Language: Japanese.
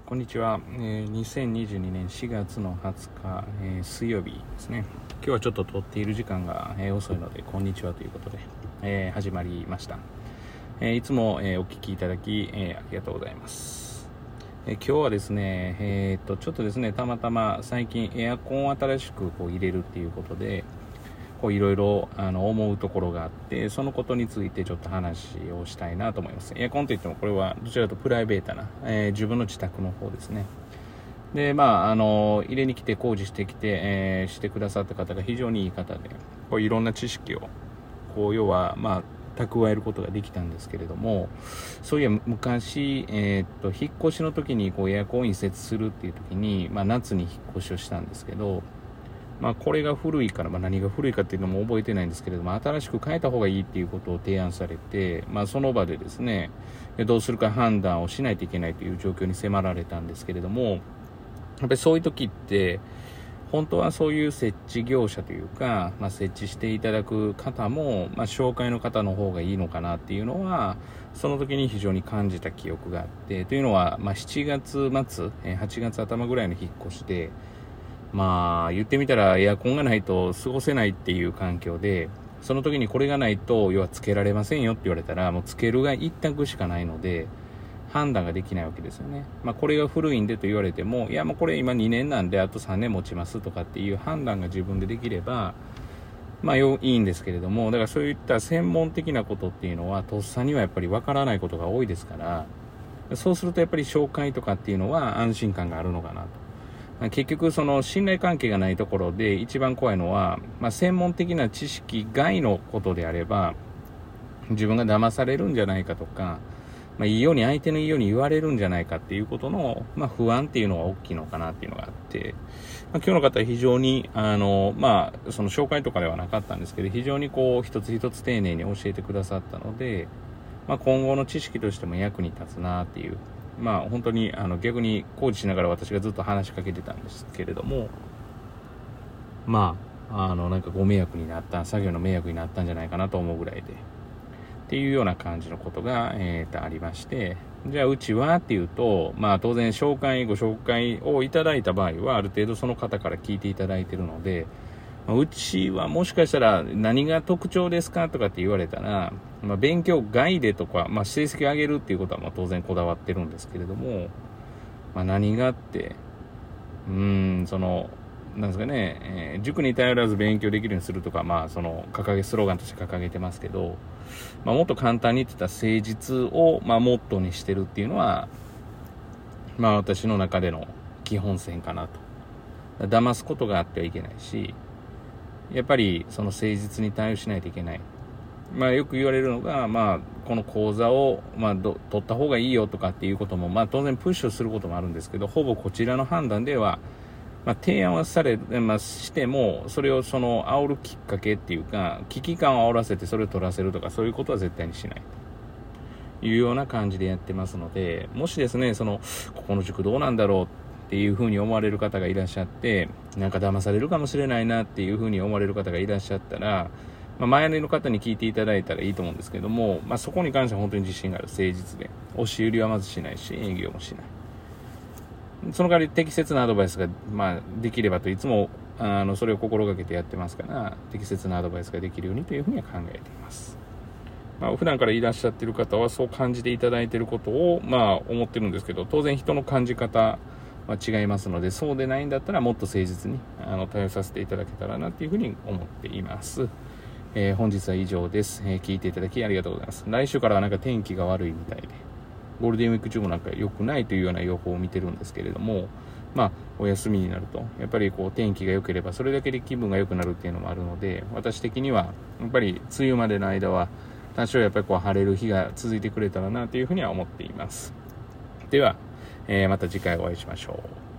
こんにちは、2022年4月の20日、水曜日ですね。今日はちょっと撮っている時間が、遅いのでこんにちはということで、始まりました。いつも、お聞きいただき、ありがとうございます。今日はですね、ちょっとですね、たまたま最近エアコンを新しく入れるっていうことでいろいろ思うところがあって、そのことについてちょっと話をしたいなと思います。エアコンといってもこれはどちらかというとプライベートな、自分の自宅の方ですね。で入れに来て工事してきて、してくださった方が非常にいい方で、いろんな知識を要は蓄えることができたんですけれども、そういや昔、引っ越しの時にエアコンを移設するっていう時に、夏に引っ越しをしたんですけど、これが古いから、何が古いかっていうのも覚えてないんですけれども、新しく変えた方がいいっていうことを提案されて、その場でですね、どうするか判断をしないといけないという状況に迫られたんですけれども、やっぱりそういう時って本当はそういう設置業者というか、設置していただく方も、紹介の方の方がいいのかなっていうのはその時に非常に感じた記憶があって、というのは、7月末8月頭ぐらいの引っ越しで、言ってみたらエアコンがないと過ごせないっていう環境で、その時にこれがないと要はつけられませんよって言われたら、もうつけるが一択しかないので判断ができないわけですよね。これが古いんでと言われても、いやもうこれ今2年なんであと3年持ちますとかっていう判断が自分でできればいいんですけれども、だからそういった専門的なことっていうのはとっさにはやっぱりわからないことが多いですから、そうするとやっぱり紹介とかっていうのは安心感があるのかなと。結局その信頼関係がないところで一番怖いのは、専門的な知識外のことであれば自分が騙されるんじゃないかとか、いいように相手のいいように言われるんじゃないかっていうことの、不安っていうのが大きいのかなっていうのがあって、今日の方は非常にその紹介とかではなかったんですけど、非常に一つ一つ丁寧に教えてくださったので、今後の知識としても役に立つなっていう、本当に逆に工事しながら私がずっと話しかけてたんですけれども、なんかご迷惑になった、作業の迷惑になったんじゃないかなと思うぐらいでっていうような感じのことが、ありまして、じゃあうちはっていうと、当然ご紹介をいただいた場合はある程度その方から聞いていただいているので、うちはもしかしたら何が特徴ですかとかって言われたら、勉強外でとか、成績上げるっていうことは当然こだわってるんですけれども、何があってなんですかね、塾に頼らず勉強できるようにするとか、スローガンとして掲げてますけど、もっと簡単に言ってた誠実を、モットーにしてるっていうのは、私の中での基本線かなと。騙すことがあってはいけないし、やっぱりその誠実に対応しないといけない。よく言われるのが、この講座を、取った方がいいよとかっていうことも、当然プッシュすることもあるんですけど、ほぼこちらの判断では、提案はしても、それを煽るきっかけっていうか、危機感を煽らせてそれを取らせるとか、そういうことは絶対にしないというような感じでやってますので、もしですね、ここの塾どうなんだろうっていうふうに思われる方がいらっしゃって、なんか騙されるかもしれないなっていうふうに思われる方がいらっしゃったら、前の方に聞いていただいたらいいと思うんですけども、そこに関しては本当に自信がある、誠実で、押し売りはまずしないし、営業もしない。その代わり適切なアドバイスが、できればといつもそれを心がけてやってますから、適切なアドバイスができるようにというふうには考えています。普段からいらっしゃっている方はそう感じていただいていることを思ってるんですけど、当然人の感じ方は違いますので、そうでないんだったらもっと誠実に対応させていただけたらなというふうに思っています。本日は以上です。聞いていただきありがとうございます。来週からはなんか天気が悪いみたいで、ゴールデンウィーク中もなんか良くないというような予報を見てるんですけれども、お休みになるとやっぱり天気が良ければそれだけで気分が良くなるっていうのもあるので、私的にはやっぱり梅雨までの間は多少やっぱり晴れる日が続いてくれたらなというふうには思っています。では、また次回お会いしましょう。